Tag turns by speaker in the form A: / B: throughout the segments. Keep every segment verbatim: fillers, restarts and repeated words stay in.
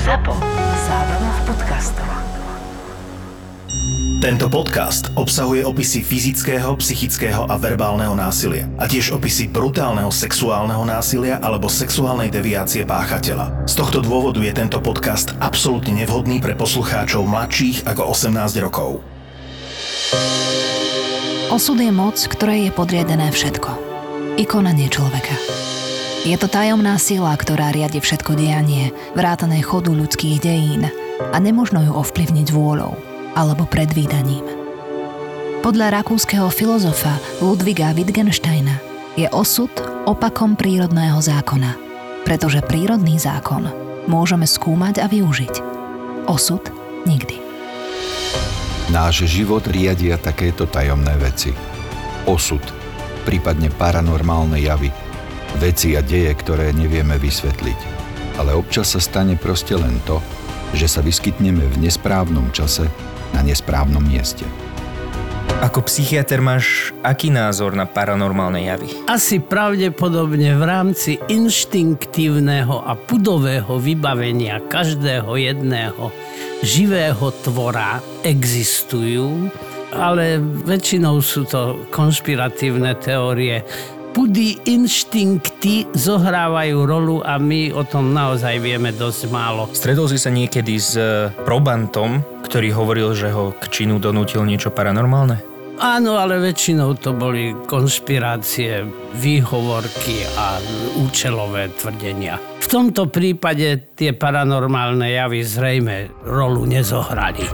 A: Zapo. Zábrná v podcastov.
B: Tento podcast obsahuje opisy fyzického, psychického a verbálneho násilia a tiež opisy brutálneho sexuálneho násilia alebo sexuálnej deviácie páchateľa. Z tohto dôvodu je tento podcast absolútne nevhodný pre poslucháčov mladších ako osemnásť rokov.
C: Osud je moc, ktorej je podriadené všetko. I konanie človeka. Je to tajomná sila, ktorá riadi všetko dianie, vrátane chodu ľudských dejín a nemožno ju ovplyvniť vôľou alebo predvídaním. Podľa rakúskeho filozofa Ludwiga Wittgensteina je osud opakom prírodného zákona, pretože prírodný zákon môžeme skúmať a využiť. Osud nikdy.
D: Náš život riadia takéto tajomné veci. Osud, prípadne paranormálne javy, veci a deje, ktoré nevieme vysvetliť. Ale občas sa stane proste len to, že sa vyskytneme v nesprávnom čase na nesprávnom mieste.
E: Ako psychiater máš aký názor na paranormálne javy?
F: Asi pravdepodobne v rámci inštinktívneho a pudového vybavenia každého jedného živého tvora existujú, ale väčšinou sú to konšpiratívne teórie. Pudy, inštinkty zohrávajú rolu a my o tom naozaj vieme dosť málo.
E: Stretol si sa niekedy s probantom, ktorý hovoril, že ho k činu donútil niečo paranormálne?
F: Áno, ale väčšinou to boli konšpirácie, výhovorky a účelové tvrdenia. V tomto prípade tie paranormálne javy zrejme rolu nezohrali.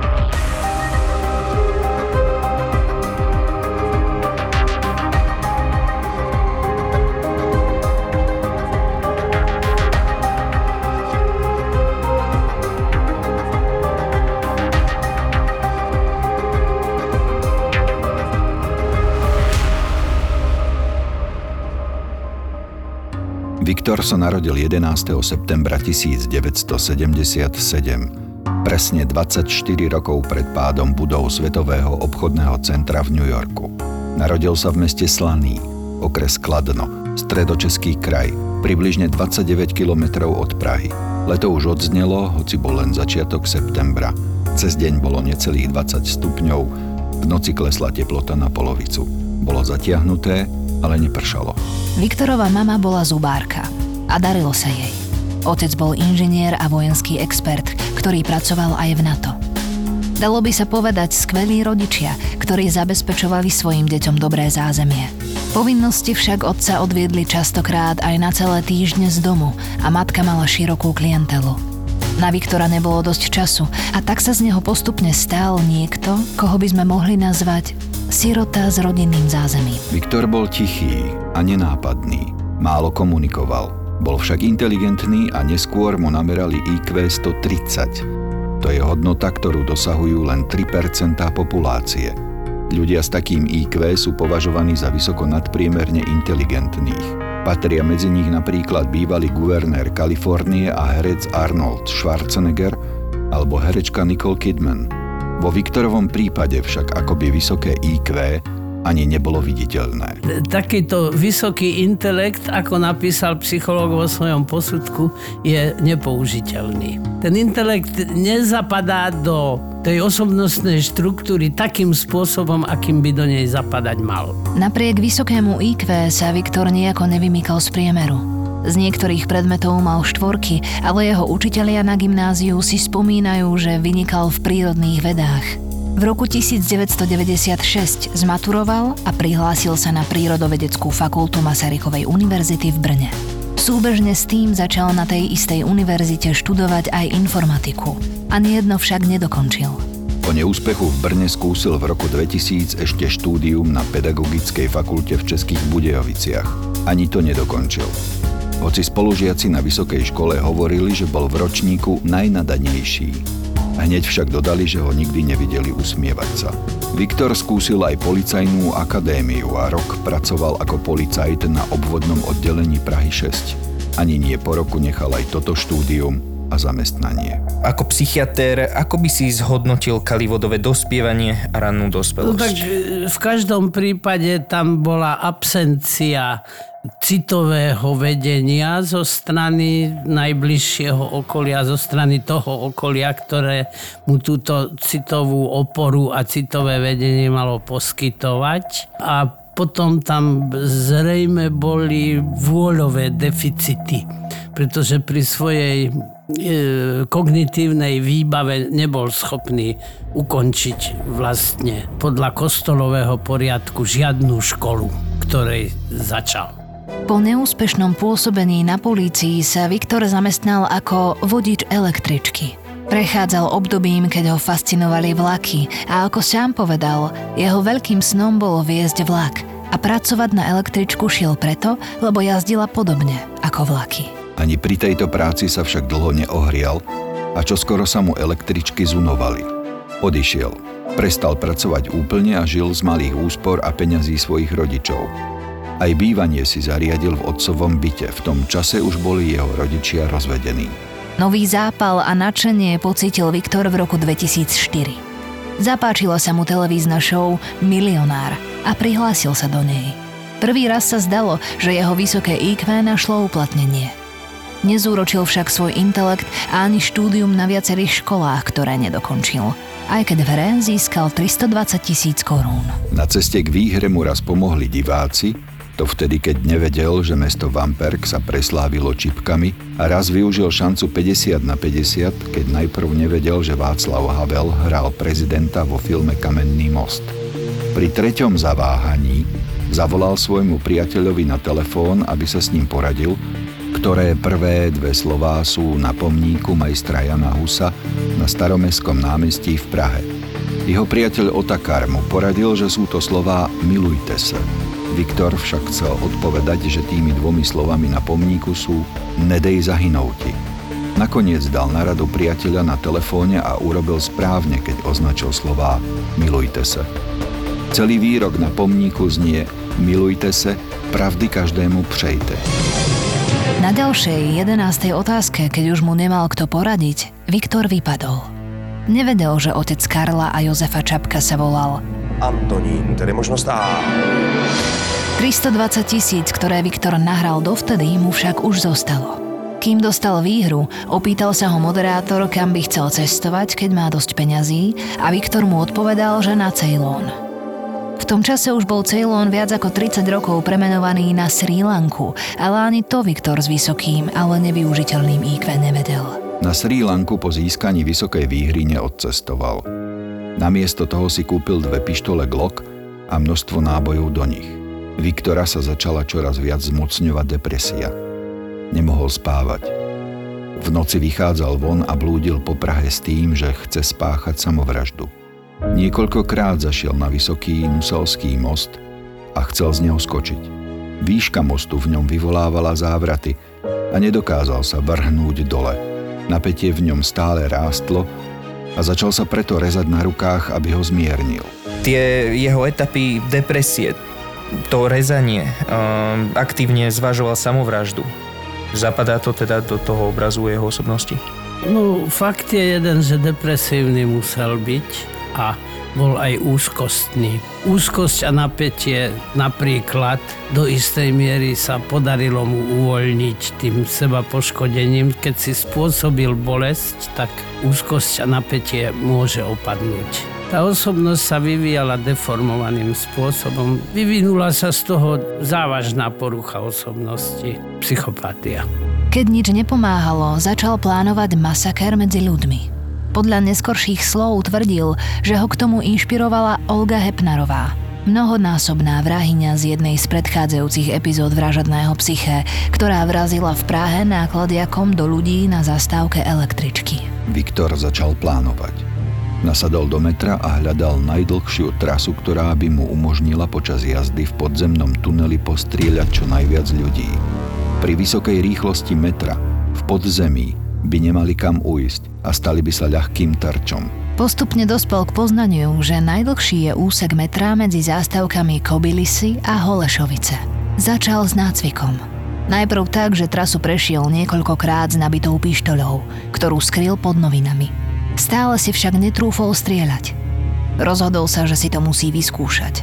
D: Viktor sa narodil jedenásteho septembra tisícdeväťstosedemdesiatsedem, presne dvadsaťštyri rokov pred pádom budov Svetového obchodného centra v New Yorku. Narodil sa v meste Slaný, okres Kladno, stredočeský kraj, približne dvadsaťdeväť kilometrov od Prahy. Leto už odznelo, hoci bol len začiatok septembra. Cez deň bolo necelých dvadsať stupňov, v noci klesla teplota na polovicu. Bolo zatiahnuté, ale nepršalo.
C: Viktorova mama bola zubárka a darilo sa jej. Otec bol inžinier a vojenský expert, ktorý pracoval aj v NATO. Dalo by sa povedať skvelí rodičia, ktorí zabezpečovali svojim deťom dobré zázemie. Povinnosti však otca odviedli častokrát aj na celé týždne z domu a matka mala širokú klientelu. Na Viktora nebolo dosť času a tak sa z neho postupne stal niekto, koho by sme mohli nazvať sirota s rodinným zázemím.
D: Viktor bol tichý a nenápadný. Málo komunikoval. Bol však inteligentný a neskôr mu namerali í kvé stotridsať. To je hodnota, ktorú dosahujú len tri percentá populácie. Ľudia s takým í kvé sú považovaní za vysoko nadpriemerne inteligentných. Patria medzi nich napríklad bývalý guvernér Kalifornie a herec Arnold Schwarzenegger alebo herečka Nicole Kidman. Vo Viktorovom prípade však akoby vysoké í kvé ani nebolo viditeľné.
F: Takýto vysoký intelekt, ako napísal psychológ vo svojom posudku, je nepoužiteľný. Ten intelekt nezapadá do tej osobnostnej štruktúry takým spôsobom, akým by do nej zapadať mal.
C: Napriek vysokému í kvé sa Viktor nejako nevymýkal z priemeru. Z niektorých predmetov mal štvorky, ale jeho učitelia na gymnáziu si spomínajú, že vynikal v prírodných vedách. V roku devätnásťstodeväťdesiatšesť zmaturoval a prihlásil sa na Prírodovedeckú fakultu Masarykovej univerzity v Brne. Súbežne s tým začal na tej istej univerzite študovať aj informatiku. Ani jedno však nedokončil.
D: Po neúspechu v Brne skúsil v roku dvetisíc ešte štúdium na Pedagogickej fakulte v Českých Budejoviciach. Ani to nedokončil. Hoci spolužiaci na vysokej škole hovorili, že bol v ročníku najnadanejší. Hneď však dodali, že ho nikdy nevideli usmievať sa. Viktor skúsil aj policajnú akadémiu a rok pracoval ako policajt na obvodnom oddelení Prahy šesť. Ani nie po roku nechal aj toto štúdium a zamestnanie.
E: Ako psychiatér, ako by si zhodnotil Kalivodové dospievanie a rannú dospelosť?
F: No tak v každom prípade tam bola absencia citového vedenia zo strany najbližšieho okolia, zo strany toho okolia, ktoré mu túto citovú oporu a citové vedenie malo poskytovať. A potom tam zrejme boli vôľové deficity, pretože pri svojej e, kognitívnej výbave nebol schopný ukončiť vlastne podľa kostolového poriadku žiadnu školu, ktorej začal.
C: Po neúspešnom pôsobení na polícii sa Viktor zamestnal ako vodič električky. Prechádzal obdobím, keď ho fascinovali vlaky a ako sám povedal, jeho veľkým snom bolo viesť vlak a pracovať na električku šiel preto, lebo jazdila podobne ako vlaky.
D: Ani pri tejto práci sa však dlho neohrial a čoskoro sa mu električky zunovali. Odišiel. Prestal pracovať úplne a žil z malých úspor a peňazí svojich rodičov. Aj bývanie si zariadil v otcovom byte. V tom čase už boli jeho rodičia rozvedení.
C: Nový zápal a nadšenie pocítil Viktor v roku dvetisícštyri. Zapáčila sa mu televízna show Milionár a prihlásil sa do nej. Prvý raz sa zdalo, že jeho vysoké í kvé našlo uplatnenie. Nezúročil však svoj intelekt a ani štúdium na viacerých školách, ktoré nedokončil. Aj keď v hre získal tristodvadsať tisíc korún. Na
D: ceste k výhre mu raz pomohli diváci, to vtedy, keď nevedel, že mesto Vamperk sa preslávilo čipkami a raz využil šancu päťdesiat na päťdesiat, keď najprv nevedel, že Václav Havel hral prezidenta vo filme Kamenný most. Pri treťom zaváhaní zavolal svojmu priateľovi na telefón, aby sa s ním poradil, ktoré prvé dve slová sú na pomníku majstra Jana Husa na Staromestskom námestí v Prahe. Jeho priateľ Otakar mu poradil, že sú to slová milujte sa. Viktor však chcel odpovedať, že tými dvomi slovami na pomníku sú nedej zahynouti. Nakoniec dal na radu priateľa na telefóne a urobil správne, keď označil slová milujte sa. Celý výrok na pomníku znie milujte sa, pravdy každému přejte.
C: Na ďalšej, jedenástej otázke, keď už mu nemal kto poradiť, Viktor vypadol. Nevedel, že otec Karla a Jozefa Čapka sa volal
G: Antonín, tedy možnosť A.
C: tristodvadsať tisíc, ktoré Viktor nahral dovtedy, mu však už zostalo. Kým dostal výhru, opýtal sa ho moderátor, kam by chcel cestovať, keď má dosť peňazí, a Viktor mu odpovedal, že na Ceylon. V tom čase už bol Ceylon viac ako tridsať rokov premenovaný na Srí Lanku, ale ani to Viktor s vysokým, ale nevyužiteľným í kvé nevedel.
D: Na Srí Lanku po získaní vysokej výhry neodcestoval. Namiesto toho si kúpil dve pištole Glock a množstvo nábojov do nich. Viktora sa začala čoraz viac zmocňovať depresia. Nemohol spávať. V noci vychádzal von a blúdil po Prahe s tým, že chce spáchať samovraždu. Niekoľkokrát zašiel na vysoký Nuselský most a chcel z neho skočiť. Výška mostu v ňom vyvolávala závraty a nedokázal sa vrhnúť dole. Napätie v ňom stále rástlo a začal sa preto rezať na rukách, aby ho zmiernil.
E: Tie jeho etapy depresie, to rezanie, um, aktívne zvažoval samovraždu. Zapadá to teda do toho obrazu jeho osobnosti?
F: No, fakt je jeden, že depresívny musel byť a bol aj úzkostný. Úzkosť a napätie napríklad do istej miery sa podarilo mu uvoľniť tým seba poškodením. Keď si spôsobil bolesť, tak úzkosť a napätie môže opadnúť. Tá osobnosť sa vyvíjala deformovaným spôsobom. Vyvinula sa z toho závažná porucha osobnosti, psychopatia.
C: Keď nič nepomáhalo, začal plánovať masaker medzi ľuďmi. Podľa neskorších slov tvrdil, že ho k tomu inšpirovala Olga Hepnarová, mnohonásobná vrahyňa z jednej z predchádzajúcich epizód Vražedného psyché, ktorá vrazila v Prahe nákladiakom do ľudí na zastávke električky.
D: Viktor začal plánovať. Nasadol do metra a hľadal najdlhšiu trasu, ktorá by mu umožnila počas jazdy v podzemnom tuneli postrieľať čo najviac ľudí. Pri vysokej rýchlosti metra v podzemí by nemali kam ujsť a stali by sa ľahkým terčom.
C: Postupne dospel k poznaniu, že najdlhší je úsek metra medzi zástavkami Kobylisy a Holešovice. Začal s nácvikom. Najprv tak, že trasu prešiel niekoľkokrát s nabitou pištoľou, ktorú skryl pod novinami. Stále si však netrúfol strieľať. Rozhodol sa, že si to musí vyskúšať.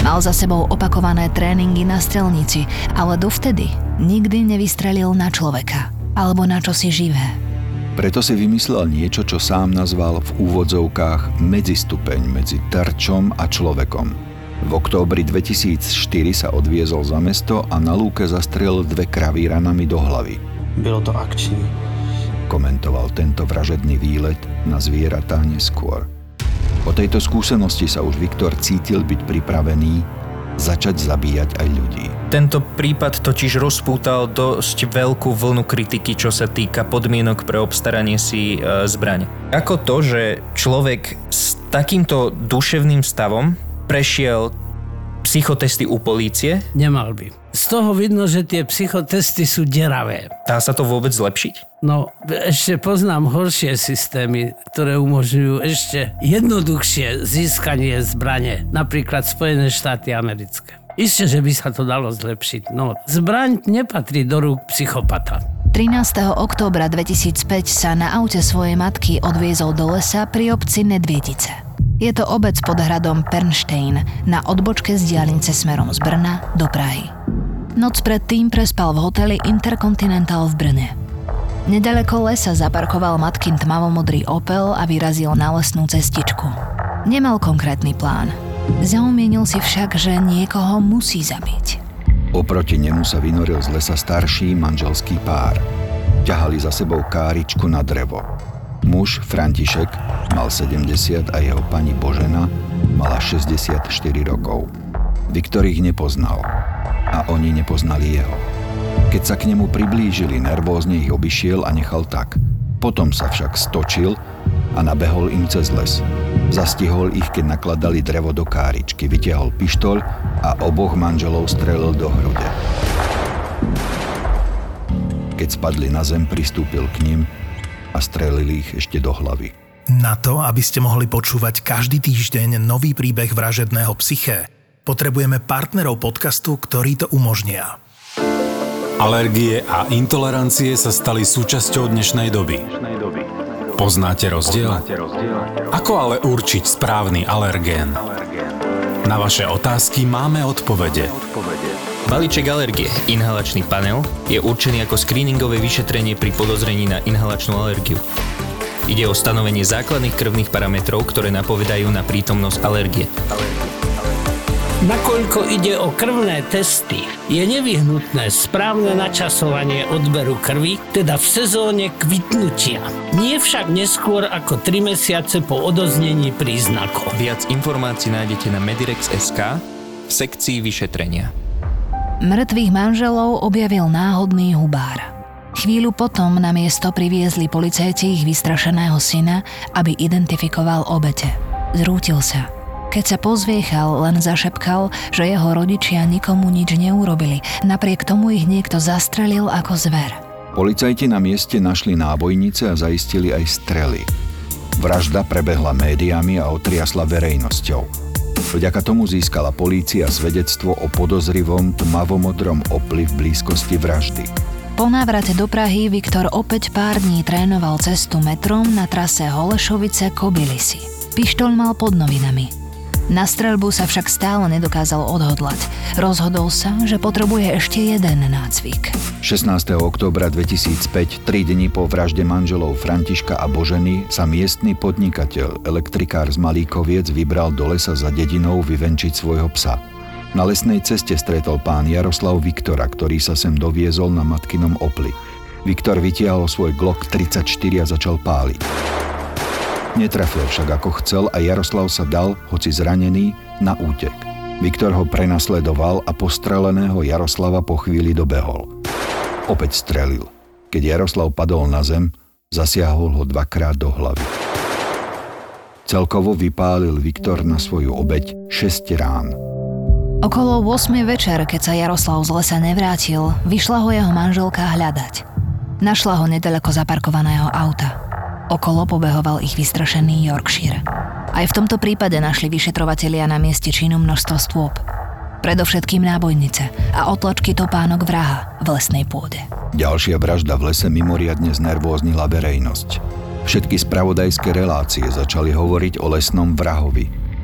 C: Mal za sebou opakované tréningy na strelnici, ale dovtedy nikdy nevystrelil na človeka alebo na čosi živé.
D: Preto si vymyslel niečo, čo sám nazval v úvodzovkách medzistupeň medzi terčom a človekom. V októbri dvetisícštyri sa odviezol za mesto a na lúke zastrelil dve kravy ranami do hlavy.
H: Bylo to akční.
D: Komentoval tento vražedný výlet na zvieratá neskôr. Po tejto skúsenosti sa už Viktor cítil byť pripravený začať zabíjať aj ľudí.
E: Tento prípad totiž rozpútal dosť veľkú vlnu kritiky, čo sa týka podmienok pre obstaranie si e, zbrane. Ako to, že človek s takýmto duševným stavom prešiel psychotesty u polície?
F: Nemal by. Z toho vidno, že tie psychotesty sú deravé.
E: Dá sa to vôbec zlepšiť?
F: No, ešte poznám horšie systémy, ktoré umožňujú ešte jednoduchšie získanie zbrane. Napríklad Spojené štáty americké. Isté, že by sa to dalo zlepšiť. No, zbraň nepatrí do rúk psychopata.
C: trinásteho októbra dvetisícpäť sa na aute svojej matky odviezol do lesa pri obci Nedviedice. Je to obec pod hradom Pernštejn na odbočke z diaľnice smerom z Brna do Prahy. Noc predtým prespal v hoteli Intercontinental v Brne. Nedaleko lesa zaparkoval matkin tmavomodrý Opel a vyrazil na lesnú cestičku. Nemal konkrétny plán. Zaumienil si však, že niekoho musí zabiť.
D: Oproti nemu sa vynoril z lesa starší manželský pár. Ťahali za sebou káričku na drevo. Muž, František, mal sedemdesiat a jeho pani Božena mala šesťdesiatštyri rokov. Viktor ich nepoznal a oni nepoznali jeho. Keď sa k nemu priblížili, nervózne ich obišiel a nechal tak. Potom sa však stočil a nabehol im cez les. Zastihol ich, keď nakladali drevo do káričky, vytiahol pištoľ a oboch manželov strelil do hrude. Keď spadli na zem, pristúpil k nim a strelili ich ešte do hlavy.
B: Na to, aby ste mohli počúvať každý týždeň nový príbeh vražedného psyché, potrebujeme partnerov podcastu, ktorí to umožnia.
I: Alergie a intolerancie sa stali súčasťou dnešnej doby. Poznáte rozdiel? Ako ale určiť správny alergén? Na vaše otázky máme odpovede.
E: Balíček alergie, inhalačný panel, je určený ako screeningové vyšetrenie pri podozrení na inhalačnú alergiu. Ide o stanovenie základných krvných parametrov, ktoré napovedajú na prítomnosť alergie.
F: Nakoľko ide o krvné testy, je nevyhnutné správne načasovanie odberu krvi, teda v sezóne kvitnutia. Nie však neskôr ako tri mesiace po odoznení príznakov.
E: Viac informácií nájdete na medirex bodka es ká v sekcii vyšetrenia.
C: Mŕtvych manželov objavil náhodný hubár. Chvíľu potom na miesto priviezli policajti ich vystrašeného syna, aby identifikoval obete. Zrútil sa. Keď sa pozviechal, len zašepkal, že jeho rodičia nikomu nič neurobili. Napriek tomu ich niekto zastrelil ako zver.
D: Policajti na mieste našli nábojnice a zaistili aj strely. Vražda prebehla médiami a otriasla verejnosťou. Vďaka tomu získala polícia svedectvo o podozrivom tmavomodrom Opli v blízkosti vraždy.
C: Po návrate do Prahy Viktor opäť pár dní trénoval cestu metrom na trase Holešovice-Kobylisy. Pištoľ mal pod novinami. Na streľbu sa však stále nedokázal odhodlať. Rozhodol sa, že potrebuje ešte jeden nácvik.
D: šestnásteho októbra dvetisícpäť, tri dni po vražde manželov Františka a Boženy, sa miestny podnikateľ, elektrikár z Malíkoviec, vybral do lesa za dedinou vyvenčiť svojho psa. Na lesnej ceste stretol pán Jaroslav Viktora, ktorý sa sem doviezol na matkinom Opli. Viktor vytiahol svoj Glock tridsaťštyri a začal páliť. Netrafil však ako chcel a Jaroslav sa dal, hoci zranený, na útek. Viktor ho prenasledoval a postreleného Jaroslava po chvíli dobehol. Opäť strelil. Keď Jaroslav padol na zem, zasiahol ho dvakrát do hlavy. Celkovo vypálil Viktor na svoju obeť šesť rán.
C: Okolo ôsmej večer, keď sa Jaroslav z lesa nevrátil, vyšla ho jeho manželka hľadať. Našla ho nedaleko zaparkovaného auta. Okolo pobehoval ich vystrašený Yorkshire. Aj v tomto prípade našli vyšetrovatelia na mieste činu množstvo stôp. Predovšetkým nábojnice a otlačky topánok vraha v lesnej pôde.
D: Ďalšia vražda v lese mimoriadne znervóznila verejnosť. Všetky spravodajské relácie začali hovoriť o lesnom vrahovi.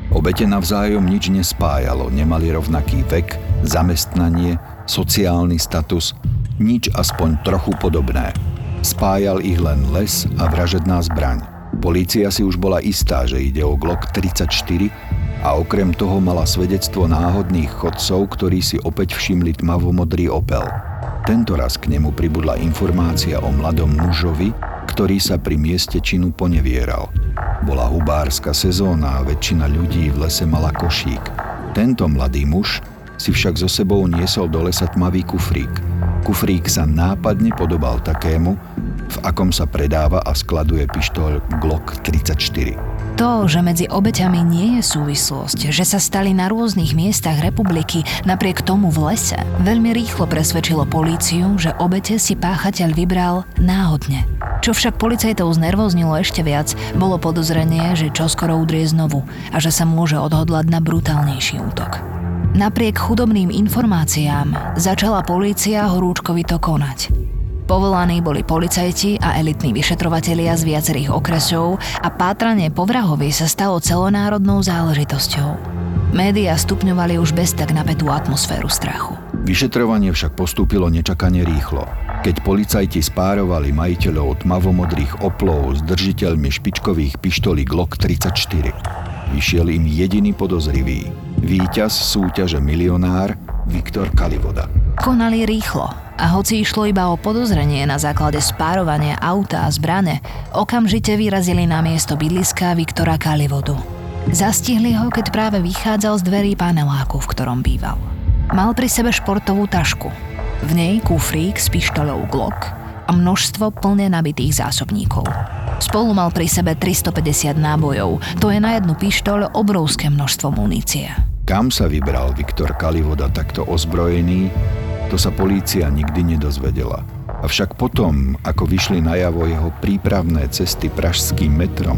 D: Obete navzájom nič nespájalo, nemali rovnaký vek, zamestnanie, sociálny status, nič aspoň trochu podobné. Spájal ich len les a vražedná zbraň. Polícia si už bola istá, že ide o Glock tridsaťštyri a okrem toho mala svedectvo náhodných chodcov, ktorí si opäť všimli tmavomodrý Opel. Tento raz k nemu pribudla informácia o mladom mužovi, ktorý sa pri mieste činu ponevieral. Bola hubárska sezóna a väčšina ľudí v lese mala košík. Tento mladý muž si však so sebou niesol do lesa tmavý kufrík. Kufrík sa nápadne podobal takému, v akom sa predáva a skladuje pištoľ Glock tridsaťštyri.
C: To, že medzi obeťami nie je súvislosť, že sa stali na rôznych miestach republiky, napriek tomu v lese, veľmi rýchlo presvedčilo políciu, že obete si páchateľ vybral náhodne. Čo však policajtov znervoznilo ešte viac, bolo podozrenie, že čoskoro udrie znovu a že sa môže odhodlať na brutálnejší útok. Napriek chudobným informáciám začala polícia horúčkovito konať. Povolaní boli policajti a elitní vyšetrovatelia z viacerých okresov a pátranie po vrahovi sa stalo celonárodnou záležitosťou. Médiá stupňovali už bez tak napätú atmosféru strachu.
D: Vyšetrovanie však postúpilo nečakane rýchlo. Keď policajti spárovali majiteľov tmavomodrých Oplov s držiteľmi špičkových pištolí Glock tridsaťštyri, vyšiel im jediný podozrivý. Víťaz súťaže Milionár Viktor Kalivoda.
C: Konali rýchlo a hoci išlo iba o podozrenie na základe spárovania auta a zbrane, okamžite vyrazili na miesto bydliska Viktora Kalivodu. Zastihli ho, keď práve vychádzal z dverí paneláku, v ktorom býval. Mal pri sebe športovú tašku. V nej kufrík s pištoľou Glock a množstvo plne nabitých zásobníkov. Spolu mal pri sebe tristopäťdesiat nábojov, to je na jednu pištoľ obrovské množstvo munície.
D: Kam sa vybral Viktor Kalivoda takto ozbrojený, to sa polícia nikdy nedozvedela. Avšak potom, ako vyšli najavo jeho prípravné cesty pražským metrom,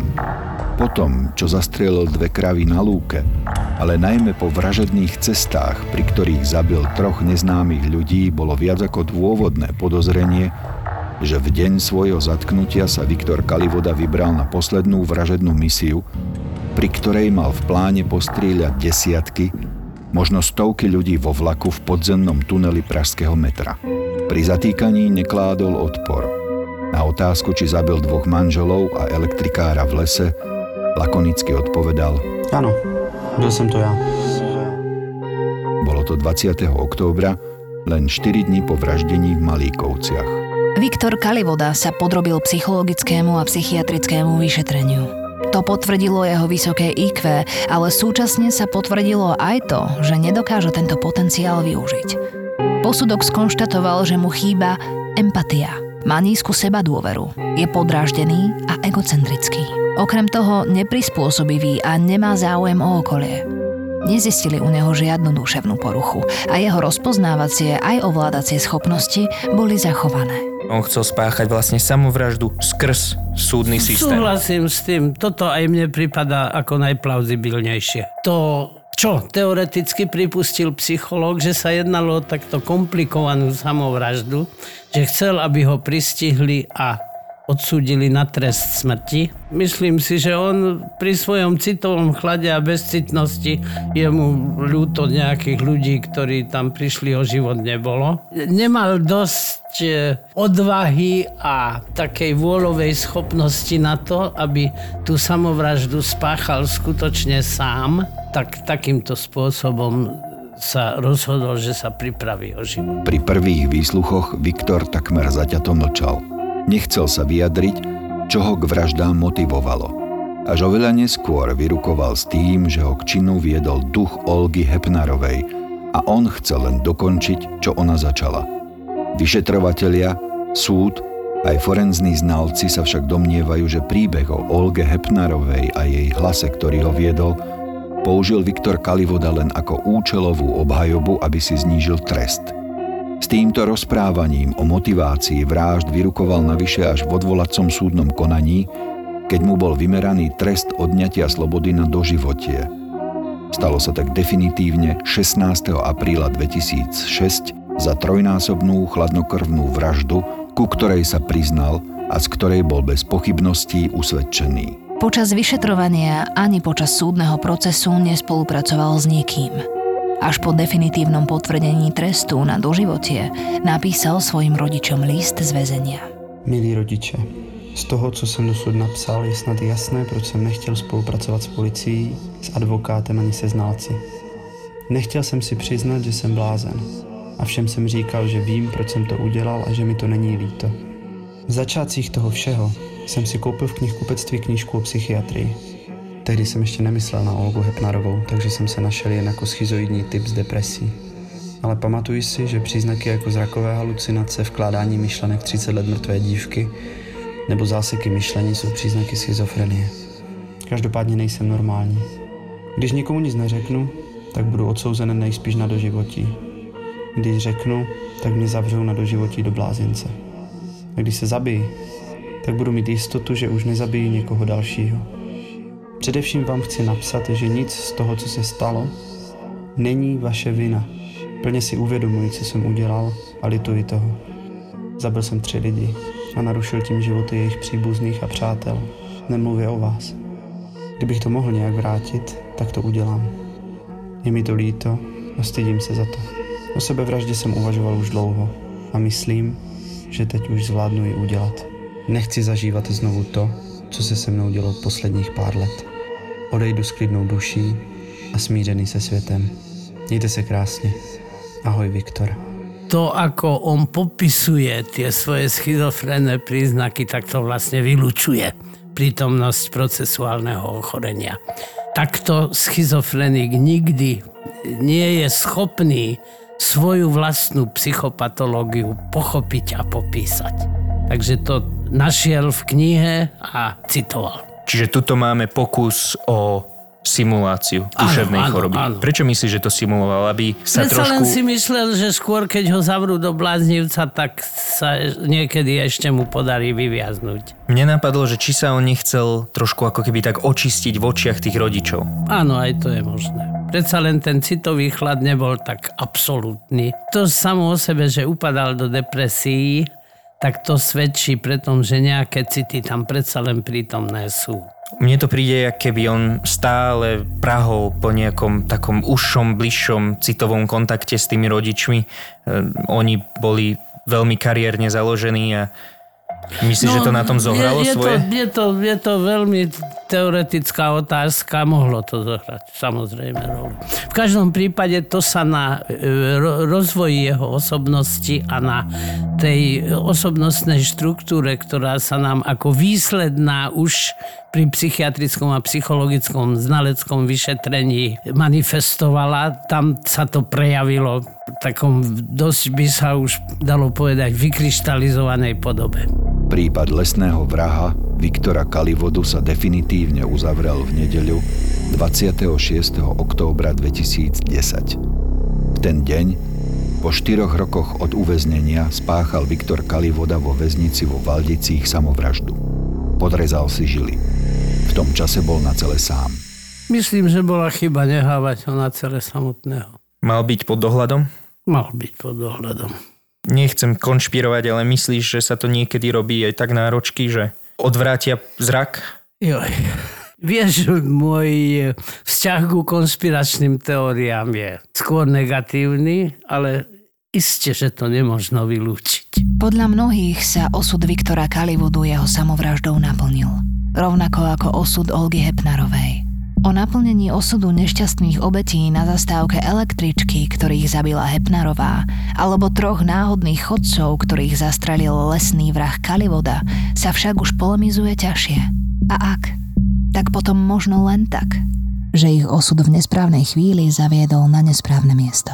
D: potom, čo zastrelil dve kravy na lúke, ale najmä po vražedných cestách, pri ktorých zabil troch neznámych ľudí, bolo viac ako dôvodné podozrenie, že v deň svojho zatknutia sa Viktor Kalivoda vybral na poslednú vražednú misiu, pri ktorej mal v pláne postrieľať desiatky, možno stovky ľudí vo vlaku v podzemnom tuneli pražského metra. Pri zatýkaní nekládol odpor. Na otázku, či zabil dvoch manželov a elektrikára v lese, lakonicky odpovedal:
H: Áno, byl som to ja.
D: Bolo to dvadsiateho októbra, len štyri dni po vraždení v Malíkovciach.
C: Viktor Kalivoda sa podrobil psychologickému a psychiatrickému vyšetreniu. To potvrdilo jeho vysoké í kvé, ale súčasne sa potvrdilo aj to, že nedokáže tento potenciál využiť. Posudok skonštatoval, že mu chýba empatia. Má nízku sebadôveru, je podráždený a egocentrický. Okrem toho neprispôsobivý a nemá záujem o okolie. Nezistili u neho žiadnu duševnú poruchu a jeho rozpoznávacie aj ovládacie schopnosti boli zachované.
E: On chcel spáchať vlastne samovraždu skrz súdny systém.
F: Súhlasím s tým. Toto aj mne pripadá ako najplauzibilnejšie. To, čo teoreticky pripustil psychológ, že sa jednalo o takto komplikovanú samovraždu, že chcel, aby ho pristihli a odsúdili na trest smrti. Myslím si, že on pri svojom citovom chlade a bezcitnosti, jemu ľúto nejakých ľudí, ktorí tam prišli o život, nebolo. Nemal dosť odvahy a takej vôľovej schopnosti na to, aby tú samovraždu spáchal skutočne sám, tak takýmto spôsobom sa rozhodol, že sa pripraví o život.
D: Pri prvých výsluchoch Viktor takmer zaťato mlčal. Nechcel sa vyjadriť, čo ho k vraždám motivovalo. Až oveľa neskôr vyrukoval s tým, že ho k činu viedol duch Olgy Hepnarovej a on chcel len dokončiť, čo ona začala. Vyšetrovatelia, súd, aj forenzní znalci sa však domnievajú, že príbeh o Olge Hepnarovej a jej hlase, ktorý ho viedol, použil Viktor Kalivoda len ako účelovú obhajobu, aby si znížil trest. S týmto rozprávaním o motivácii vražd vyrukoval navyše až v odvolacom súdnom konaní, keď mu bol vymeraný trest odňatia slobody na doživotie. Stalo sa tak definitívne šestnásteho apríla dvetisícšesť za trojnásobnú chladnokrvnú vraždu, ku ktorej sa priznal a z ktorej bol bez pochybností usvedčený.
C: Počas vyšetrovania ani počas súdneho procesu nespolupracoval s nikým. Až po definitívnom potvrdení trestu na doživotie napísal svojim rodičom list z väzenia.
H: Milí rodiče, z toho, co jsem dosud napsal, je snad jasné, proč jsem nechtěl spolupracovat s policií, s advokátem ani se znalci. Nechtěl jsem si přiznat, že jsem blázen. A všem jsem říkal, že vím, proč jsem to udělal a že mi to není líto. V začátcích toho všeho jsem si koupil v knihkupectví knížku o psychiatrii. Tehdy jsem ještě nemyslel na Olgu Hepnarovou, takže jsem se našel jen jako schizoidní typ z depresí. Ale pamatuji si, že příznaky jako zrakové halucinace, vkládání myšlenek třicet let mrtvé dívky nebo záseky myšlení jsou příznaky schizofrenie. Každopádně nejsem normální. Když nikomu nic neřeknu, tak budu odsouzen nejspíš na doživotí. Když řeknu, tak mě zavřou na doživotí do blázince. A když se zabiji, tak budu mít jistotu, že už nezabiji někoho dalšího. Především vám chci napsat, že nic z toho, co se stalo, není vaše vina. Plně si uvědomuji, co jsem udělal a lituji toho. Zabil jsem tři lidi a narušil tím životy jejich příbuzných a přátel. Nemluvě o vás. Kdybych to mohl nějak vrátit, tak to udělám. Je mi to líto a stydím se za to. O sebevraždě jsem uvažoval už dlouho a myslím, že teď už zvládnu ji udělat. Nechci zažívat znovu to, co se se mnou dělo posledních pár let. Odejdu s klidnou duší a smířený se světem. Mějte se krásně. Ahoj, Viktor.
F: To, ako on popisuje tie svoje schizofrénne príznaky, tak to vlastne vylučuje prítomnosť procesuálneho ochorenia. Takto schizofrenik nikdy nie je schopný svoju vlastnú psychopatológiu pochopiť a popísať. Takže to našiel v knihe a citoval.
E: Čiže tuto máme pokus o simuláciu duševnej
F: áno,
E: choroby.
F: áno.
E: Prečo myslíš, že to simuloval? Aby sa
F: Predsa
E: trošku...
F: len si myslel, že skôr, keď ho zavrú do bláznivca, tak sa niekedy ešte mu podarí vyviaznuť.
E: Mne napadlo, že či sa on nechcel trošku ako keby tak očistiť v očiach tých rodičov.
F: Áno, aj to je možné. Predsa len ten citový chlad nebol tak absolútny. To samo o sebe, že upadal do depresií, tak to svedčí pre tom, že nejaké city tam predsa len prítomné sú.
E: Mne to príde, keby on stále prahol po nejakom takom užšom, bližšom citovom kontakte s tými rodičmi. Oni boli veľmi kariérne založení a myslíš, no, že to na tom zohralo
F: je, je
E: svoje?
F: To, je, to, je to veľmi teoretická otázka, mohlo to zohrať samozrejme rolu. V každom prípade to sa na rozvoji jeho osobnosti a na tej osobnostnej štruktúre, ktorá sa nám ako výsledná už pri psychiatrickom a psychologickom znaleckom vyšetrení manifestovala. Tam sa to prejavilo v takom dosť by sa už dalo povedať vykryštalizovanej podobe.
D: Prípad lesného vraha Viktora Kalivodu sa definitívne uzavrel v nedeľu dvadsiateho šiesteho októbra dvetisícdesať. V ten deň, po štyroch rokoch od uväznenia, spáchal Viktor Kalivoda vo väznici vo Valdicích samovraždu. Podrezal si žily. V tom čase bol na cele sám.
F: Myslím, že bola chyba nehávať ho na cele samotného.
E: Mal byť pod dohľadom?
F: Mal byť pod dohľadom.
E: Nechcem konšpirovať, ale myslíš, že sa to niekedy robí aj tak náročky, že odvrátia zrak?
F: Joj. Vieš, môj vzťah ku konšpiračným teóriám je skôr negatívny, ale iste, že to nemožno vylúčiť.
C: Podľa mnohých sa osud Viktora Kalivodu jeho samovraždou naplnil. Rovnako ako osud Olgy Hepnarovej. O naplnení osudu nešťastných obetí na zastávke električky, ktorých zabila Hepnarová, alebo troch náhodných chodcov, ktorých zastrelil lesný vrah Kalivoda, sa však už polemizuje ťažšie. A ak? Tak potom možno len tak, že ich osud v nesprávnej chvíli zaviedol na nesprávne miesto.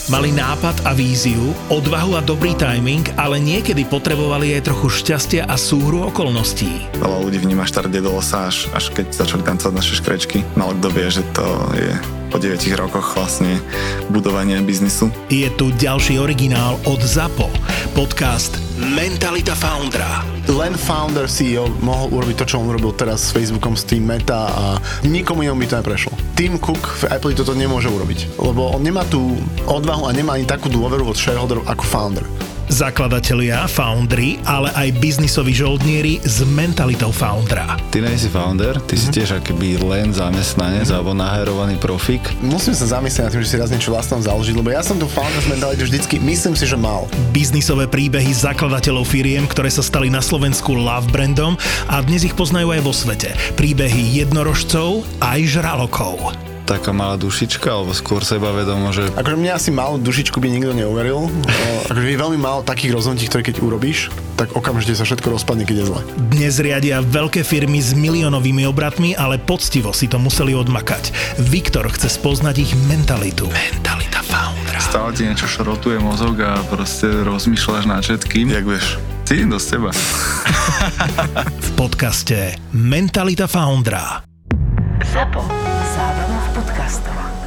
B: Mali nápad a víziu, odvahu a dobrý timing, ale niekedy potrebovali aj trochu šťastia a súhru okolností.
J: Veľa ľudí vníma štart Dedosa až, až keď začali tancovať naše škrečky. Málo kto vie, že to je po deviatich rokoch vlastne budovanie biznisu. Je tu ďalší originál od ZAPO. Podcast Mentalita Foundera.
K: Len founder C E O mohol urobiť to, čo on urobil teraz s Facebookom, s tým Meta a nikomu inom by to neprešlo. Tim Cook v Apple toto nemôže urobiť, lebo on nemá tú odvahu a nemá ani takú dôveru od shareholderov ako founder.
B: Zakladatelia, foundry, ale aj biznisoví žoldnieri s mentalitou foundera.
J: Ty nie si founder, ty mm-hmm. si tiež akoby len zamestnanec mm-hmm. alebo naherovaný profík.
K: Musím sa zamyslieť nad tým, že si raz niečo vlastnom založiť, lebo ja som tu founders mentalitu vždycky, myslím si, že mal.
B: Biznisové príbehy zakladateľov firiem, ktoré sa stali na Slovensku love brandom a dnes ich poznajú aj vo svete. Príbehy jednorožcov aj žralokov.
J: Taká malá dušička, alebo skôr sebavedomo, že...
K: Akože mňa asi malú dušičku by nikto neuveril. Akože je veľmi málo takých rozhodnutí, ktoré keď urobíš, tak okamžite sa všetko rozpadne, keď je zle.
B: Dnes riadia veľké firmy s miliónovými obratmi, ale poctivo si to museli odmakať. Viktor chce spoznať ich mentalitu. Mentalita foundera.
J: Stále ti niečo šrotuje mozog a proste rozmýšľaš nad všetkým. Jak vieš, ty do teba.
B: V podcaste Mentalita foundera.
A: ZAPO. Zábrná v podcastovách.